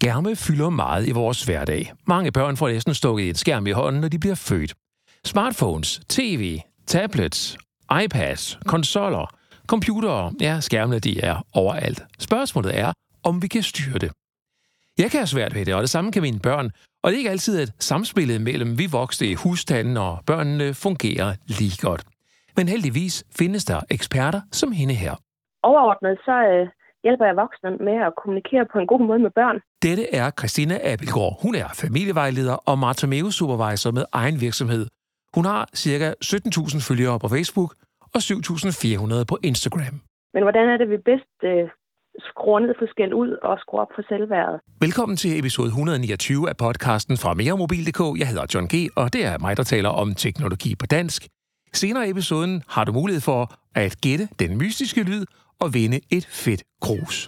Skærme fylder meget i vores hverdag. Mange børn får næsten stukket en skærm i hånden, når de bliver født. Smartphones, tv, tablets, iPads, konsoller, computere, ja, skærmene de er overalt. Spørgsmålet er, om vi kan styre det. Jeg kan have svært ved det, og det samme kan mine børn. Og det er ikke altid, at samspillet mellem vi voksne i husstanden og børnene fungerer lige godt. Men heldigvis findes der eksperter som hende her. Overordnet så hjælper jeg voksne med at kommunikere på en god måde med børn. Dette er Christina Abildgaard. Hun er familievejleder og Bartomeu-supervisor med egen virksomhed. Hun har ca. 17.000 følgere på Facebook og 7.400 på Instagram. Men hvordan er det, vi bedst skruer ned for skæld ud og skruer op for selvværdet? Velkommen til episode 129 af podcasten fra meremobil.dk. Jeg hedder John G., og det er mig, der taler om teknologi på dansk. Senere i episoden har du mulighed for at gætte den mystiske lyd og vinde et fedt krus.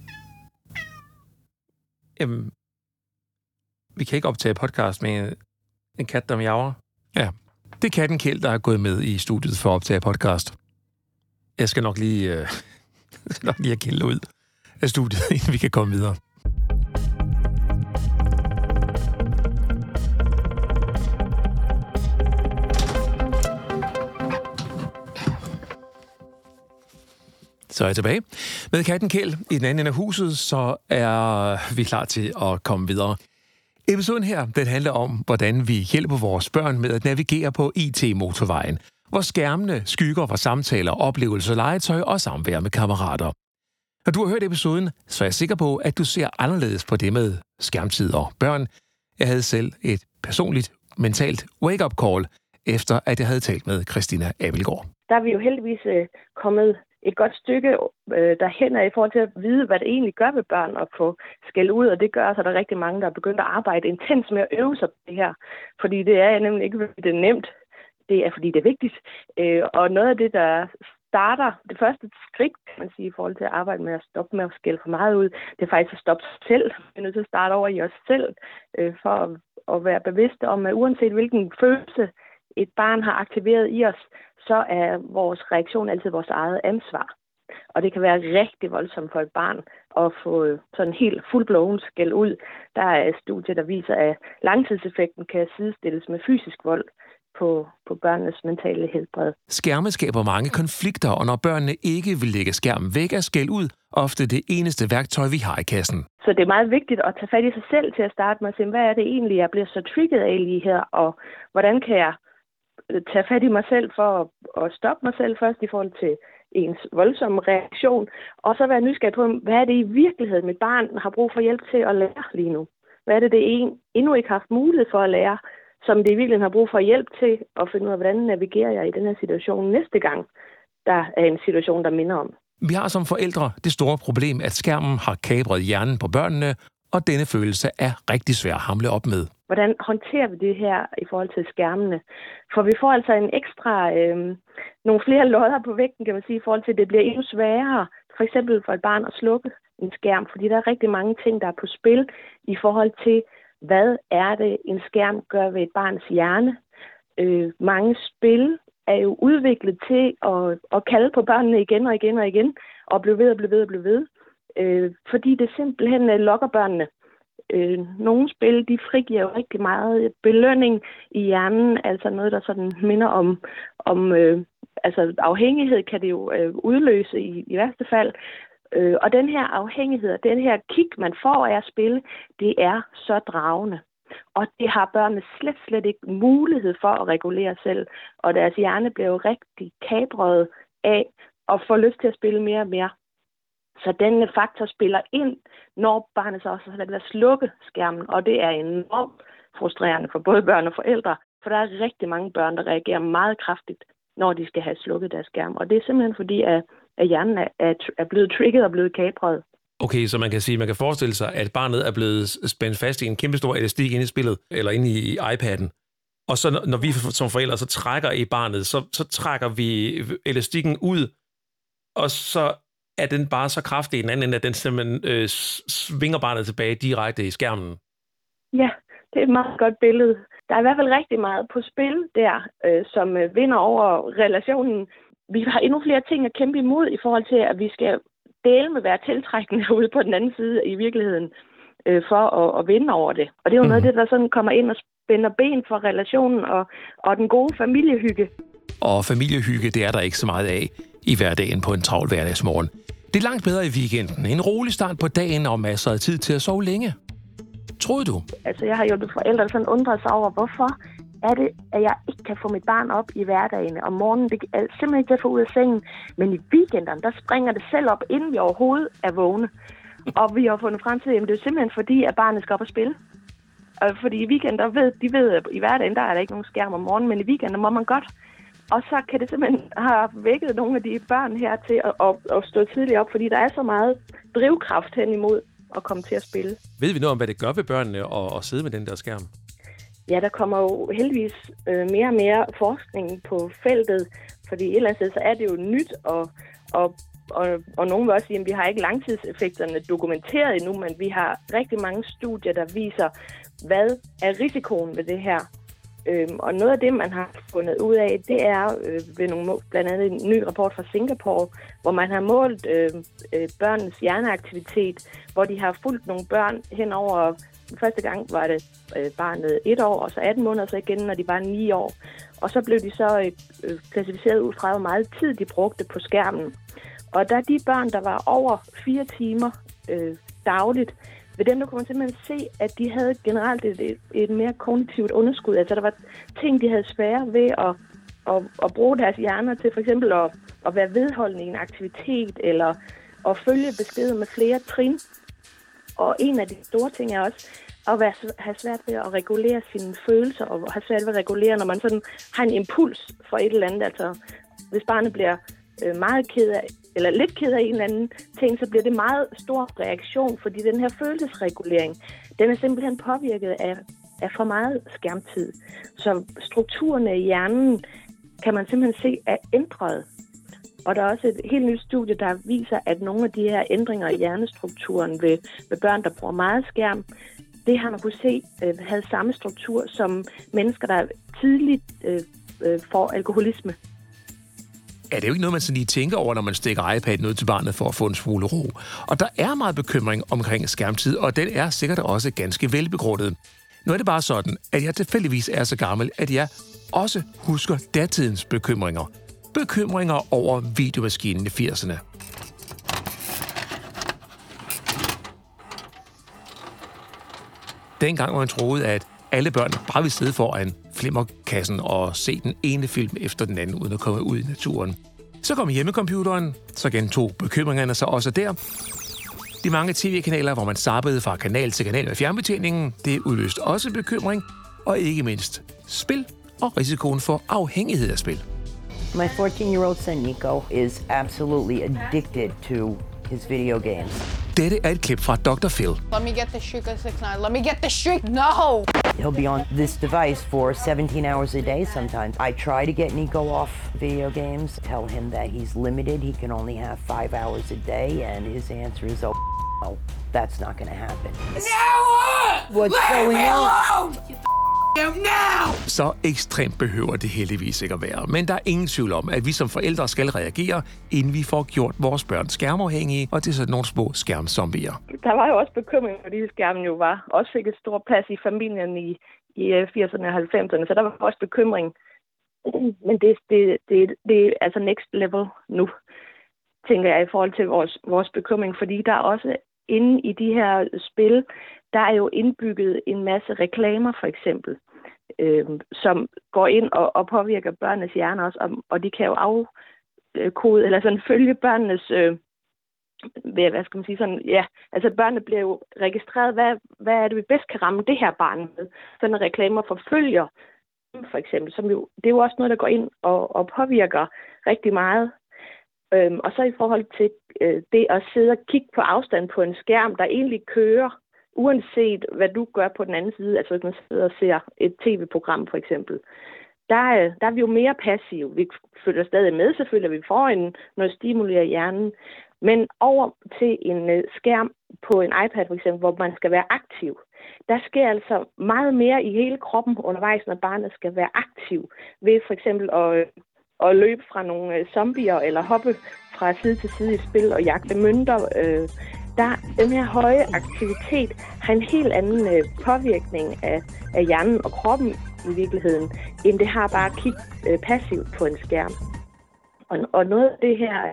Vi kan ikke optage podcast med en kat, der miaver. Ja, det er katten Kjeld, der er gået med i studiet for at optage podcast. Jeg skal nok lige have Kjeld ud af studiet, inden vi kan komme videre. Så er jeg tilbage med katten Kjeld i den anden ende af huset, så er vi klar til at komme videre. Episoden her, den handler om, hvordan vi hjælper vores børn med at navigere på IT-motorvejen, hvor skærmene skygger for samtaler, oplevelser, legetøj og samvær med kammerater. Når du har hørt episoden, så er jeg sikker på, at du ser anderledes på det med skærmtid og børn. Jeg havde selv et personligt, mentalt wake-up call, efter at jeg havde talt med Christina Abildgaard. Der er vi jo heldigvis kommet et godt stykke derhen i forhold til at vide, hvad det egentlig gør ved børn at få skæld ud, og det gør så, at der er rigtig mange, der er begyndt at arbejde intens med at øve sig på det her. Fordi det er nemlig ikke, fordi det er nemt. Det er, fordi det er vigtigt. Og noget af det, der starter, det første skridt, kan man sige, i forhold til at arbejde med at stoppe med at skælde for meget ud, det er faktisk at stoppe sig selv. Vi er nødt til at starte over i os selv, for at være bevidste om, at uanset hvilken følelse et barn har aktiveret i os, så er vores reaktion altid vores eget ansvar. Og det kan være rigtig voldsomt for et barn at få sådan helt fuldblåen skæld ud. Der er et studie, der viser, at langtidseffekten kan sidestilles med fysisk vold på børnenes mentale helbred. Skærme skaber mange konflikter, og når børnene ikke vil lægge skærmen væk, er skæld ud ofte det eneste værktøj, vi har i kassen. Så det er meget vigtigt at tage fat i sig selv til at starte med at se, hvad er det egentlig, jeg bliver så trigget af lige her, og hvordan kan jeg tage fat i mig selv for at stoppe mig selv først i forhold til ens voldsomme reaktion, og så være nysgerrig på, hvad er det i virkeligheden, mit barn har brug for hjælp til at lære lige nu? Hvad er det, endnu ikke har haft mulighed for at lære, som det i virkeligheden har brug for hjælp til at finde ud af, hvordan navigerer jeg i den her situation næste gang, der er en situation, der minder om. Vi har som forældre det store problem, at skærmen har kapret hjernen på børnene, og denne følelse er rigtig svær at hamle op med. Hvordan håndterer vi det her i forhold til skærmene? For vi får altså en ekstra, nogle flere lodder på vægten, kan man sige, i forhold til, at det bliver endnu sværere, for eksempel for et barn at slukke en skærm, fordi der er rigtig mange ting, der er på spil i forhold til, hvad er det, en skærm gør ved et barns hjerne. Mange spil er jo udviklet til at kalde på børnene igen og igen og igen, og blive ved og blive ved og blive ved, fordi det simpelthen lokker børnene. Nogle spil, de frigiver jo rigtig meget belønning i hjernen, altså noget, der sådan minder om altså afhængighed kan det jo udløse i værste fald. Og den her afhængighed, den her kick, man får af at spille, det er så dragende. Og det har børnene slet ikke mulighed for at regulere selv. Og deres hjerne bliver jo rigtig kapret af at få lyst til at spille mere og mere. Så denne faktor spiller ind, når barnet så også har været slukke skærmen. Og det er enormt frustrerende for både børn og forældre. For der er rigtig mange børn, der reagerer meget kraftigt, når de skal have slukket deres skærm. Og det er simpelthen fordi, at hjernen er blevet trigget og blevet kapret. Okay, så man kan forestille sig, at barnet er blevet spændt fast i en kæmpestor elastik inde i spillet, eller inde i iPad'en. Og så når vi som forældre så trækker i barnet, så trækker vi elastikken ud, og så er den bare så kraftig i den anden ende, at den simpelthen svinger barnet tilbage direkte i skærmen. Ja, det er et meget godt billede. Der er i hvert fald rigtig meget på spil der, som vinder over relationen. Vi har endnu flere ting at kæmpe imod i forhold til, at vi skal dele med være tiltrækkende ude på den anden side i virkeligheden. for at vinde over det. Og det er jo noget af det, der sådan kommer ind og spænder ben for relationen og den gode familiehygge. Og familiehygge, det er der ikke så meget af i hverdagen på en travl hverdagsmorgen. Det er langt bedre i weekenden. En rolig start på dagen og masser af tid til at sove længe. Troede du? Altså, jeg har hjulpet forældre, der sådan undret sig over, hvorfor er det, at jeg ikke kan få mit barn op i hverdagen om morgenen. Det er simpelthen ikke til at få ud af sengen. Men i weekenderne, der springer det selv op, inden vi overhovedet er vågne. Og vi har fundet frem til, at det er simpelthen fordi, at barnet skal op og spille. Og fordi i weekender ved, at i hverdagen, der er der ikke nogen skærm om morgenen, men i weekender må man godt. Og så kan det simpelthen have vækket nogle af de børn her til at stå tidligt op, fordi der er så meget drivkraft hen imod at komme til at spille. Ved vi noget om, hvad det gør ved børnene at sidde med den der skærm? Ja, der kommer jo heldigvis mere og mere forskning på feltet, fordi et eller andet sted, så er det jo nyt, og nogen vil også sige, at vi har ikke langtidseffekterne dokumenteret endnu, men vi har rigtig mange studier, der viser, hvad er risikoen ved det her. Og noget af det, man har fundet ud af, det er ved blandt andet en ny rapport fra Singapore, hvor man har målt børnenes hjerneaktivitet, hvor de har fulgt nogle børn henover. Første gang var det barnet 1 år, og så 18 måneder, så igen, når de var 9 år. Og så blev de så klassificeret ud fra, hvor meget tid de brugte på skærmen. Og der er de børn, der var over 4 timer dagligt, ved dem, der kunne man simpelthen se, at de havde generelt et mere kognitivt underskud. Altså, der var ting, de havde svære ved at bruge deres hjerner til, for eksempel at være vedholdende i en aktivitet, eller at følge beskeder med flere trin. Og en af de store ting er også at have svært ved at regulere sine følelser, og have svært ved at regulere, når man sådan har en impuls for et eller andet. Altså, hvis barnet bliver meget ked af, eller lidt ked af en eller anden ting, så bliver det meget stor reaktion, fordi den her følelsesregulering, den er simpelthen påvirket af for meget skærmtid. Så strukturerne i hjernen kan man simpelthen se er ændret. Og der er også et helt nyt studie, der viser, at nogle af de her ændringer i hjernestrukturen ved børn, der bruger meget skærm, det har man kunne se havde samme struktur som mennesker, der tidligt får alkoholisme. Er det jo ikke noget, man sådan lige tænker over, når man stikker iPad'en ud til barnet for at få en smule ro. Og der er meget bekymring omkring skærmtid, og den er sikkert også ganske velbegrundet. Nu er det bare sådan, at jeg tilfældigvis er så gammel, at jeg også husker datidens bekymringer. Bekymringer over videomaskinen i 80'erne. Dengang var man troede, at alle børn bare ville sidde foran flimmerkassen og se den ene film efter den anden, uden at komme ud i naturen. Så kom hjemmecomputeren, så gentog bekymringerne sig også der. De mange tv-kanaler, hvor man zappede fra kanal til kanal med fjernbetjeningen, det udløste også bekymring, og ikke mindst spil og risikoen for afhængighed af spil. My 14-year-old son Nico is absolutely addicted to his video games. Dette er et klip fra Dr. Phil. Let me get the streak of 6ix9ine. Let me get the streak. No! He'll be on this device for 17 hours a day sometimes. I try to get Nico off video games, tell him that he's limited. He can only have 5 hours a day, and his answer is, oh, no, that's not going to happen. No! What's going on? Så ekstremt behøver det heldigvis ikke at være. Men der er ingen tvivl om, at vi som forældre skal reagere, inden vi får gjort vores børn skærmafhængige, og det er sådan nogle små skærmzombier. Der var jo også bekymring, fordi skærmen jo også fik et stort plads i familien i 80'erne og 90'erne, så der var også bekymring. Men det er altså next level nu, tænker jeg, i forhold til vores bekymring, fordi der er også inde i de her spil, der er jo indbygget en masse reklamer, for eksempel, som går ind og påvirker børnenes hjerner også, og de kan jo afkode, eller sådan følge børnenes, hvad skal man sige, sådan, ja, altså børnene bliver jo registreret, hvad er det, vi bedst kan ramme det her barn med. Sådan reklamer forfølger, for eksempel, som jo, det er jo også noget, der går ind og påvirker rigtig meget. Og så i forhold til det at sidde og kigge på afstand på en skærm, der egentlig kører, uanset hvad du gør på den anden side, altså hvis man sidder og ser et tv-program for eksempel, der er vi jo mere passive. Vi følger stadig med, selvfølgelig, vi får noget stimuli af hjernen, men over til en skærm på en iPad for eksempel, hvor man skal være aktiv, der sker altså meget mere i hele kroppen undervejs, når barnet skal være aktiv, ved for eksempel at løbe fra nogle zombier, eller hoppe fra side til side i spil og jagte mønter. den her høje aktivitet har en helt anden påvirkning af hjernen og kroppen i virkeligheden, end det har bare at kigge passivt på en skærm. Og noget af det her,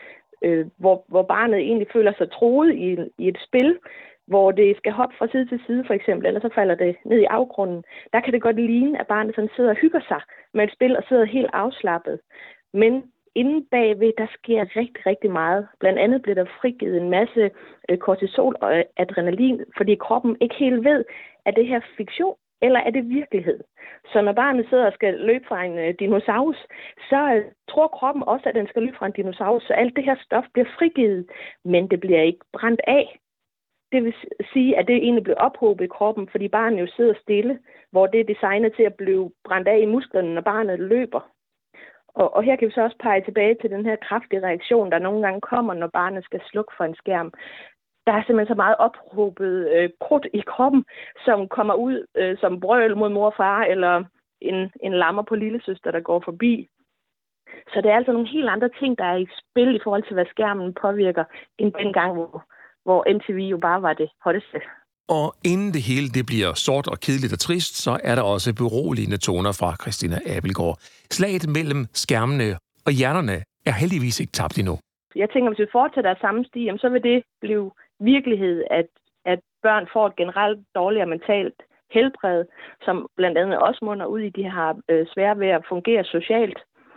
hvor barnet egentlig føler sig truet i et spil, hvor det skal hoppe fra side til side for eksempel, eller så falder det ned i afgrunden, der kan det godt ligne, at barnet sådan sidder og hygger sig med et spil og sidder helt afslappet. Men inden bagved, der sker rigtig, rigtig meget. Blandt andet bliver der frigivet en masse kortisol og adrenalin, fordi kroppen ikke helt ved, er det her fiktion, eller er det virkelighed? Så når barnet sidder og skal løbe fra en dinosaurus, så tror kroppen også, at den skal løbe fra en dinosaurus, så alt det her stof bliver frigivet, men det bliver ikke brændt af. Det vil sige, at det egentlig bliver ophobet i kroppen, fordi barnet jo sidder stille, hvor det er designet til at blive brændt af i musklerne, når barnet løber. Og her kan vi så også pege tilbage til den her kraftige reaktion, der nogle gange kommer, når barnet skal slukke for en skærm. Der er simpelthen så meget ophobet krudt i kroppen, som kommer ud som brøl mod mor og far, eller en lammer på lillesøster, der går forbi. Så det er altså nogle helt andre ting, der er i spil i forhold til, hvad skærmen påvirker, end dengang, hvor MTV jo bare var det hotteste. Og inden det hele det bliver sort og kedeligt og trist, så er der også beroligende toner fra Christina Abildgaard. Slaget mellem skærmene og hjernerne er heldigvis ikke tabt endnu. Jeg tænker, hvis vi fortsætter af samme sti, så vil det blive virkelighed, at børn får et generelt dårligere mentalt helbred, som blandt andet også munder ud i, de har svært ved at fungere socialt.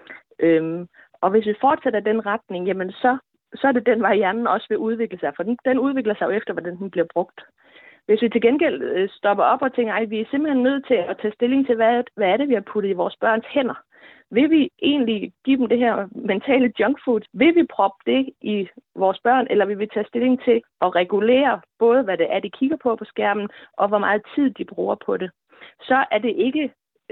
Og hvis vi fortsætter den retning, jamen så er det den vej, hjernen også vil udvikle sig, for den udvikler sig jo efter, hvordan den bliver brugt. Hvis vi til gengæld stopper op og tænker, at vi er simpelthen nødt til at tage stilling til, hvad er det, vi har puttet i vores børns hænder? Vil vi egentlig give dem det her mentale junkfood? Vil vi proppe det i vores børn, eller vil vi tage stilling til at regulere både, hvad det er, de kigger på skærmen, og hvor meget tid de bruger på det? Så er det ikke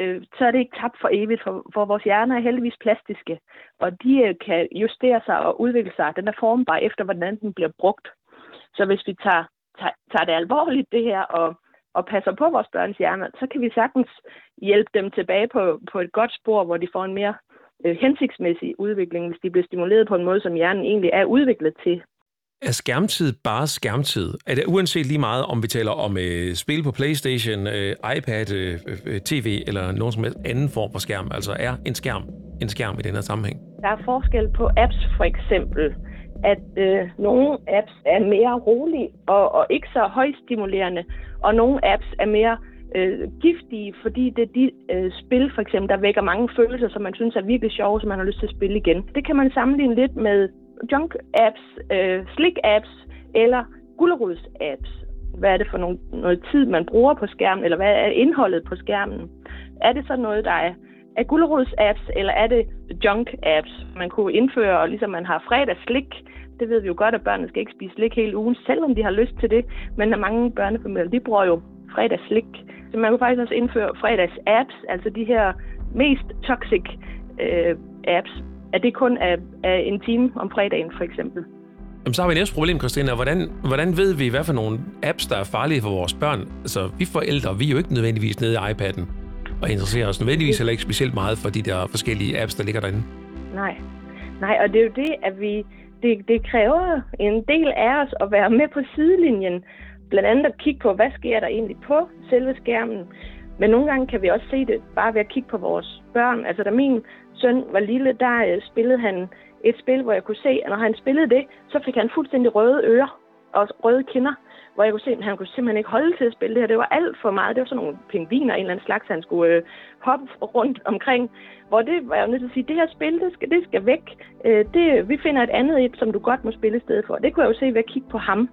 tabt for evigt, for vores hjerner er heldigvis plastiske, og de kan justere sig og udvikle sig. Den er formbar efter, hvordan den bliver brugt. Så hvis vi tager det alvorligt, det her, og passer på vores børns hjerner, så kan vi sagtens hjælpe dem tilbage på et godt spor, hvor de får en mere hensigtsmæssig udvikling, hvis de bliver stimuleret på en måde, som hjernen egentlig er udviklet til. Er skærmtid bare skærmtid? Er det uanset lige meget, om vi taler om spil på PlayStation, iPad, TV eller nogen som helst anden form for skærm? Altså er en skærm i den her sammenhæng? Der er forskel på apps for eksempel, at nogle apps er mere rolige og ikke så højstimulerende, og nogle apps er mere giftige, fordi det er de spil, for eksempel, der vækker mange følelser, som man synes er virkelig sjove, som man har lyst til at spille igen. Det kan man sammenligne lidt med junk-apps, slik-apps eller gulerods-apps. Hvad er det for noget tid, man bruger på skærmen, eller hvad er indholdet på skærmen? Er det så noget, der er gulerods-apps, eller er det junk-apps, man kunne indføre, og ligesom man har fredagsslik? Det ved vi jo godt, at børnene skal ikke spise slik hele ugen, selvom de har lyst til det. Men mange børnefamilier, de bruger jo fredagsslik. Så man kunne faktisk også indføre fredags-apps, altså de her mest toxic apps, at det kun er en time om fredagen, for eksempel. Jamen, så har vi næste problem, Christina. Hvordan ved vi, hvad for nogle apps, der er farlige for vores børn? Altså, vi forældre, vi er jo ikke nødvendigvis nede i iPad'en og interesserer os nødvendigvis heller ikke specielt meget for de der forskellige apps, der ligger derinde. Nej, og det er jo det, at det kræver en del af os at være med på sidelinjen. Blandt andet at kigge på, hvad sker der egentlig på selve skærmen. Men nogle gange kan vi også se det bare ved at kigge på vores børn. Altså, da min søn var lille, der spillede han et spil, hvor jeg kunne se, at når han spillede det, så fik han fuldstændig røde ører og røde kinder, hvor jeg kunne se, at han kunne simpelthen ikke holde til at spille det her. Det var alt for meget. Det var sådan nogle pingviner, en eller anden slags, han skulle hoppe rundt omkring. Hvor det var jeg nødt til at sige, det her spil, det skal væk. Vi finder et andet som du godt må spille i stedet for. Det kunne jeg jo se ved at kigge på ham.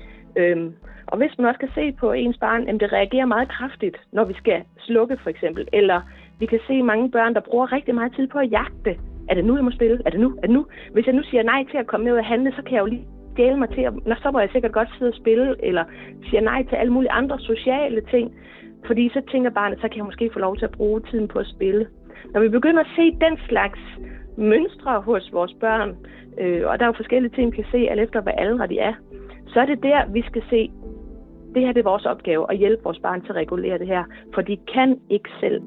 Og hvis man også kan se på ens barn, at det reagerer meget kraftigt, når vi skal slukke for eksempel. Eller vi kan se mange børn, der bruger rigtig meget tid på at jagte. Er det nu, jeg må spille? Er det nu? Hvis jeg nu siger nej til at komme med ud og handle, så kan jeg jo lige stjæle mig til, så må jeg sikkert godt sidde og spille, eller siger nej til alle mulige andre sociale ting. Fordi så tænker barnet, så kan jeg måske få lov til at bruge tiden på at spille. Når vi begynder at se den slags mønstre hos vores børn, og der er jo forskellige ting, vi kan se, alt efter hvad aldre de er, så er det der, vi skal se, det her det er vores opgave, at hjælpe vores barn til at regulere det her, for de kan ikke selv.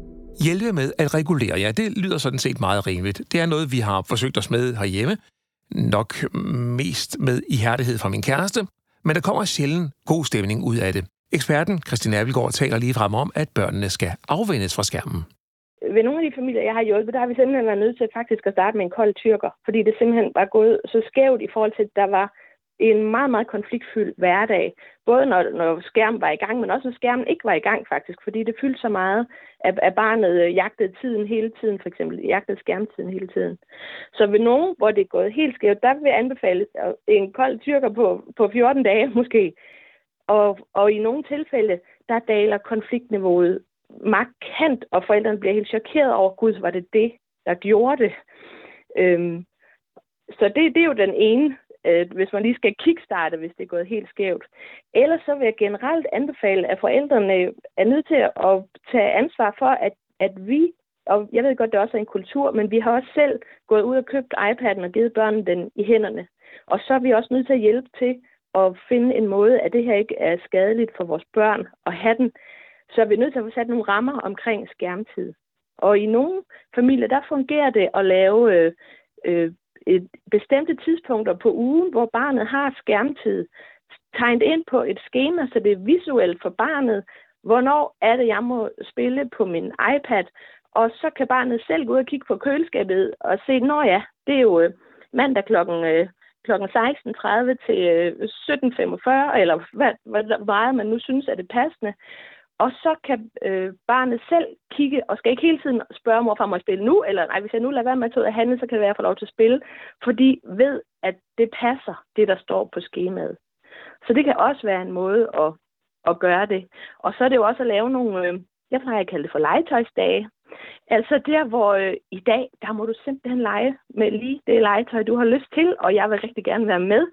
Hjælpe med at regulere, ja, det lyder sådan set meget rimeligt. Det er noget, vi har forsøgt os med herhjemme. nok mest med ihærdighed fra min kæreste, men der kommer sjældent god stemning ud af det. Eksperten Christine Abildgaard taler lige frem om, at børnene skal afvendes fra skærmen. Ved nogle af de familier, jeg har hjulpet, der har vi simpelthen været nødt til faktisk at starte med en kold tyrker, fordi det simpelthen var gået så skævt i forhold til, at der var en meget, meget konfliktfyldt hverdag. Både når skærmen var i gang, men også når skærmen ikke var i gang faktisk, fordi det fyldte så meget, at barnet jagtede tiden hele tiden, for eksempel jagtede skærmtiden hele tiden. Så ved nogen, hvor det er gået helt skævt, der vil jeg anbefale en kold tyrker på 14 dage måske. Og i nogle tilfælde, der daler konfliktniveauet markant, og forældrene bliver helt chokeret over, gud, var det, der gjorde det. Så det er jo den ene, hvis man lige skal kickstarte, hvis det er gået helt skævt. Ellers så vil jeg generelt anbefale, at forældrene er nødt til at tage ansvar for, at vi, og jeg ved godt, det også er en kultur, men vi har også selv gået ud og købt iPad'en og givet børnene den i hænderne. Og så er vi også nødt til at hjælpe til at finde en måde, at det her ikke er skadeligt for vores børn at have den. Så er vi nødt til at få sat nogle rammer omkring skærmtid. Og i nogle familier, der fungerer det at lave bestemte tidspunkter på ugen, hvor barnet har skærmtid, tegnet ind på et skema, så det er visuelt for barnet, hvornår er det, jeg må spille på min iPad, og så kan barnet selv gå ud og kigge på køleskabet og se, nå ja, det er jo mandag klokken 16.30 til 17.45, eller hvad meget man nu synes er det passende. Og så kan barnet selv kigge, og skal ikke hele tiden spørge morfar, må jeg spille nu? Eller nej, hvis jeg nu lader være med at tage ud af handle, så kan det være, at jeg får lov til at spille. Fordi ved, at det passer, det der står på skemaet. Så det kan også være en måde at gøre det. Og så er det jo også at lave nogle, jeg plejer at kalde det for legetøjsdage. Altså der, hvor i dag, der må du simpelthen lege med lige det legetøj, du har lyst til, og jeg vil rigtig gerne være med.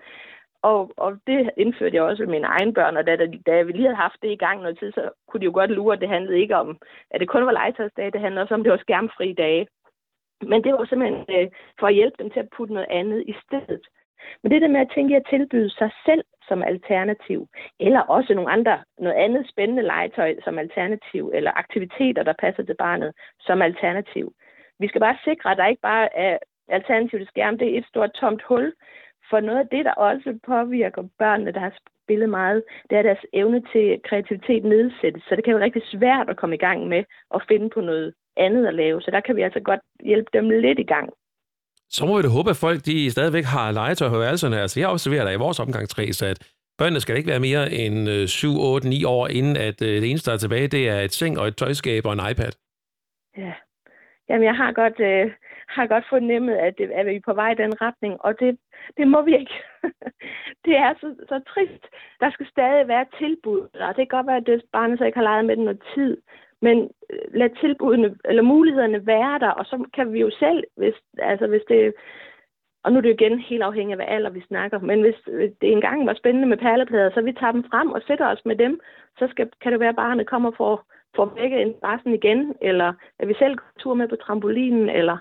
Og det indførte jeg også med mine egne børn, og da vi lige havde haft det i gang noget tid, så kunne de jo godt lure, at det handlede ikke om, at det kun var legetøjsdage, det handlede også om, det var skærmfri dage. Men det var simpelthen for at hjælpe dem til at putte noget andet i stedet. Men det der med at tænke at tilbyde sig selv som alternativ, eller også noget andet spændende legetøj som alternativ, eller aktiviteter, der passer til barnet som alternativ. Vi skal bare sikre, at der ikke bare er alternativ til skærm, det er et stort tomt hul. For noget af det, der også påvirker børnene, der har spillet meget, det er deres evne til kreativitet nedsættes. Så det kan være rigtig svært at komme i gang med at finde på noget andet at lave. Så der kan vi altså godt hjælpe dem lidt i gang. Så må vi da håbe, at folk de stadigvæk har legetøj på værelserne. Altså jeg observerer der i vores omgangskreds, at børnene skal ikke være mere end 7, 8, 9 år, inden at det eneste, der er tilbage, det er et seng og et tøjskab og en iPad. Ja. Jamen, jeg har godt fornemmet, at vi er på vej i den retning, og det må vi ikke. Det er så trist. Der skal stadig være tilbud, og det kan godt være, at barnet så ikke har leget med den noget tid, men lad tilbudene, eller mulighederne være der, og så kan vi jo selv, hvis det, og nu er det jo igen helt afhængigt af, hvad alder vi snakker, men hvis det engang var spændende med perleplader, så vi tager dem frem og sætter os med dem, så kan det være, at barnet kommer for vække interessen igen, eller at vi selv går tur med på trampolinen, eller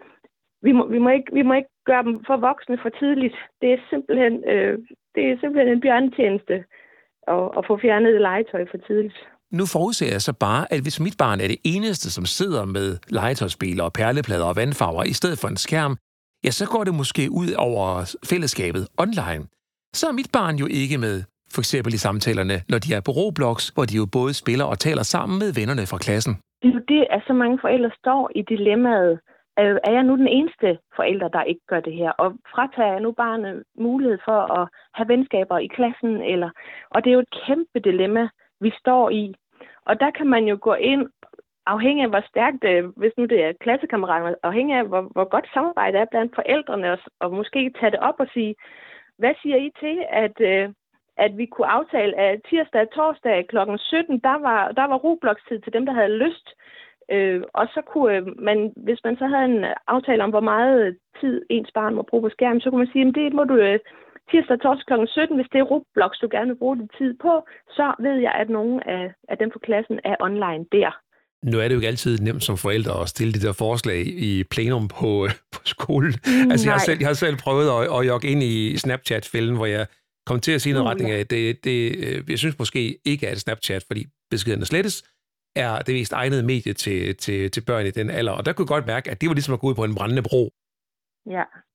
vi må ikke gøre dem for voksne for tidligt. Det er simpelthen en bjørnetjeneste at få fjernet legetøj for tidligt. Nu forudser jeg så bare, at hvis mit barn er det eneste, som sidder med legetøjsspil og perleplader og vandfarver i stedet for en skærm, ja, så går det måske ud over fællesskabet online. Så er mit barn jo ikke med, for eksempel i samtalerne, når de er på Roblox, hvor de jo både spiller og taler sammen med vennerne fra klassen. Det er jo det, at så mange forældre står i dilemmaet. Er jeg nu den eneste forælder, der ikke gør det her? Og fratager jeg nu barnet mulighed for at have venskaber i klassen? Og det er jo et kæmpe dilemma, vi står i. Og der kan man jo gå ind, afhængig af hvor stærkt, hvis nu det er klassekammerater, afhængig af hvor godt samarbejde er blandt forældrene, og måske tage det op og sige, hvad siger I til, at vi kunne aftale, at tirsdag og torsdag kl. 17, der var Roblox-tid til dem, der havde lyst. Og så kunne man, hvis man så havde en aftale om, hvor meget tid ens barn må bruge på skærmen, så kunne man sige, at det må du tirsdag og torsdag kl. 17, hvis det er Roblox, du gerne vil bruge din tid på, så ved jeg, at nogle af dem på klassen er online der. Nu er det jo ikke altid nemt som forældre at stille de der forslag i plenum på skolen. Altså jeg har selv prøvet at jogge ind i Snapchat-fælden, hvor jeg kom til at sige noget retning af, at jeg synes måske ikke, at Snapchat, fordi beskederne slettes, er det mest egnede medie til børn i den alder. Og der kunne jeg godt mærke, at det var ligesom at gå ud på en brændende bro. Ja.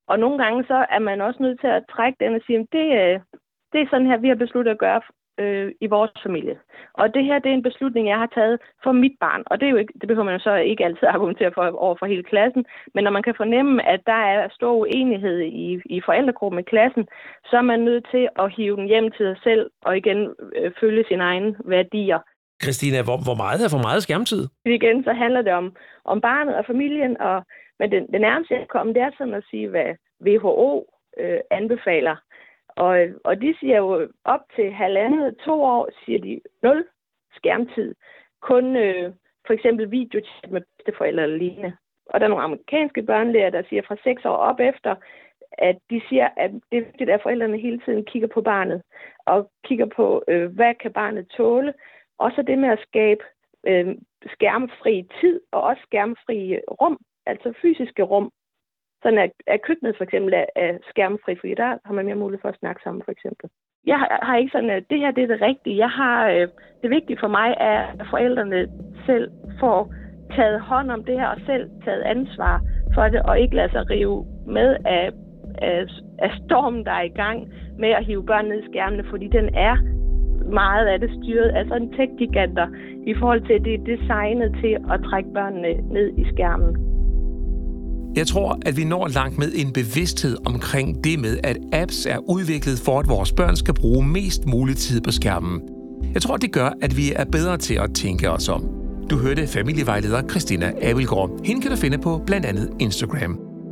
Og nogle gange så er man også nødt til at trække den og sige, at det er sådan her, vi har besluttet at gøre i vores familie. Og det her, det er en beslutning, jeg har taget for mit barn. Og det er jo ikke, det behøver man jo så ikke altid argumentere for over for hele klassen. Men når man kan fornemme, at der er stor uenighed i forældregruppen i klassen, så er man nødt til at hive den hjem til sig selv og igen følge sine egne værdier. Christina, hvor meget er for meget skærmtid? Igen, så handler det om barnet og familien. Men det nærmeste, jeg kommer, det er sådan at sige, hvad WHO anbefaler. Og de siger jo op til 1,5-2 år, siger de 0 skærmtid. Kun for eksempel videochat med bedsteforældre eller lignende. Og der er nogle amerikanske børnelæger, der siger fra 6 år op efter, at de siger, at det er vigtigt, at forældrene hele tiden kigger på barnet. Og kigger på, hvad kan barnet tåle. Og så det med at skabe skærmfri tid og også skærmfri rum, altså fysiske rum. Sådan at køkkenet for eksempel er skærmfri, fordi der har man mere mulighed for at snakke sammen for eksempel. Jeg har ikke sådan, at det her det er det rigtige. Det vigtige for mig er, at forældrene selv får taget hånd om det her og selv taget ansvar for det, og ikke lade sig rive med af stormen, der er i gang med at hive børn ned i skærmene, fordi den er meget af det styret af sådan tech-giganter i forhold til, at det er designet til at trække børnene ned i skærmen. Jeg tror, at vi når langt med en bevidsthed omkring det med, at apps er udviklet for, at vores børn skal bruge mest mulig tid på skærmen. Jeg tror, det gør, at vi er bedre til at tænke os om. Du hørte familievejleder Christina Abildgaard. Hende kan du finde på blandt andet Instagram.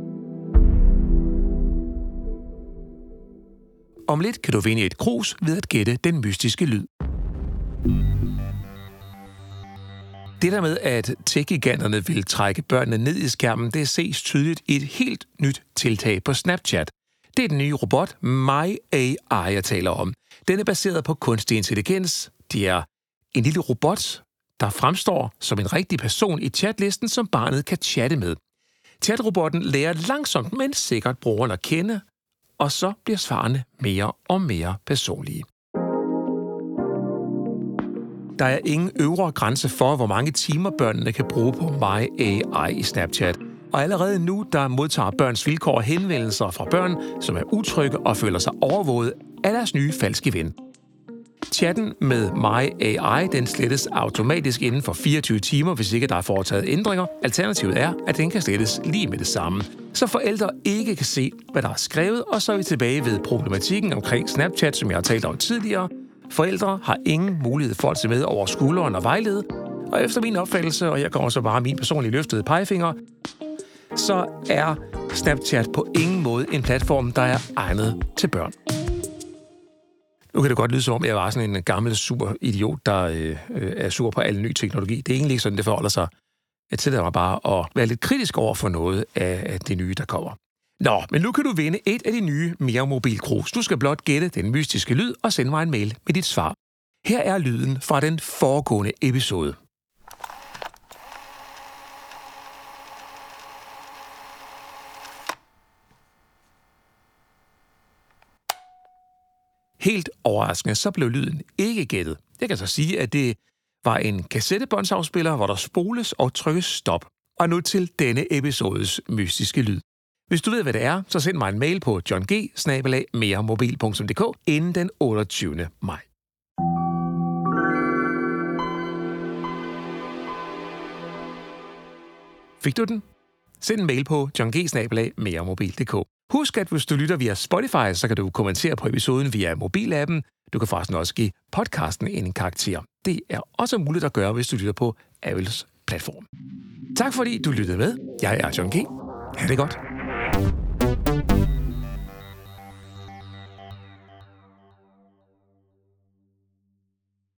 Om lidt kan du vinde et krus ved at gætte den mystiske lyd. Det der med, at tech-giganterne vil trække børnene ned i skærmen, det ses tydeligt i et helt nyt tiltag på Snapchat. Det er den nye robot My AI, jeg taler om. Den er baseret på kunstig intelligens. Det er en lille robot, der fremstår som en rigtig person i chatlisten, som barnet kan chatte med. Chatrobotten lærer langsomt, men sikkert brugeren at kende, og så bliver svarene mere og mere personlige. Der er ingen øvre grænse for, hvor mange timer børnene kan bruge på My AI i Snapchat. Og allerede nu, der modtager Børns Vilkår henvendelser fra børn, som er utrygge og føler sig overvåget af deres nye falske ven. Chatten med My AI, den slettes automatisk inden for 24 timer, hvis ikke der er foretaget ændringer. Alternativet er, at den kan slettes lige med det samme. Så forældre ikke kan se, hvad der er skrevet, og så er vi tilbage ved problematikken omkring Snapchat, som jeg har talt om tidligere. Forældre har ingen mulighed for at se med over skulderen og vejlede, og efter min opfattelse, og jeg går så bare min personlige løftede pegefinger, så er Snapchat på ingen måde en platform, der er egnet til børn. Nu kan det godt lyde som om, jeg var sådan en gammel super idiot, der er sur på al ny teknologi. Det er egentlig ikke sådan, det forholder sig. Jeg tillader mig bare at være lidt kritisk over for noget af det nye, der kommer. Nå, men nu kan du vinde et af de nye Mere Mobil-krus. Du skal blot gætte den mystiske lyd og sende mig en mail med dit svar. Her er lyden fra den foregående episode. Helt overraskende, så blev lyden ikke gættet. Jeg kan så sige, at det var en kassettebåndsafspiller, hvor der spoles og trykkes stop. Og nu til denne episodes mystiske lyd. Hvis du ved, hvad det er, så send mig en mail på johng@meremobil.dk inden den 28. maj. Fik du den? Send en mail på johng@meremobil.dk. Husk, at hvis du lytter via Spotify, så kan du kommentere på episoden via mobilappen. Du kan forresten også give podcasten en karakter. Det er også muligt at gøre, hvis du lytter på Apples platform. Tak fordi du lyttede med. Jeg er John G. Ha' det godt.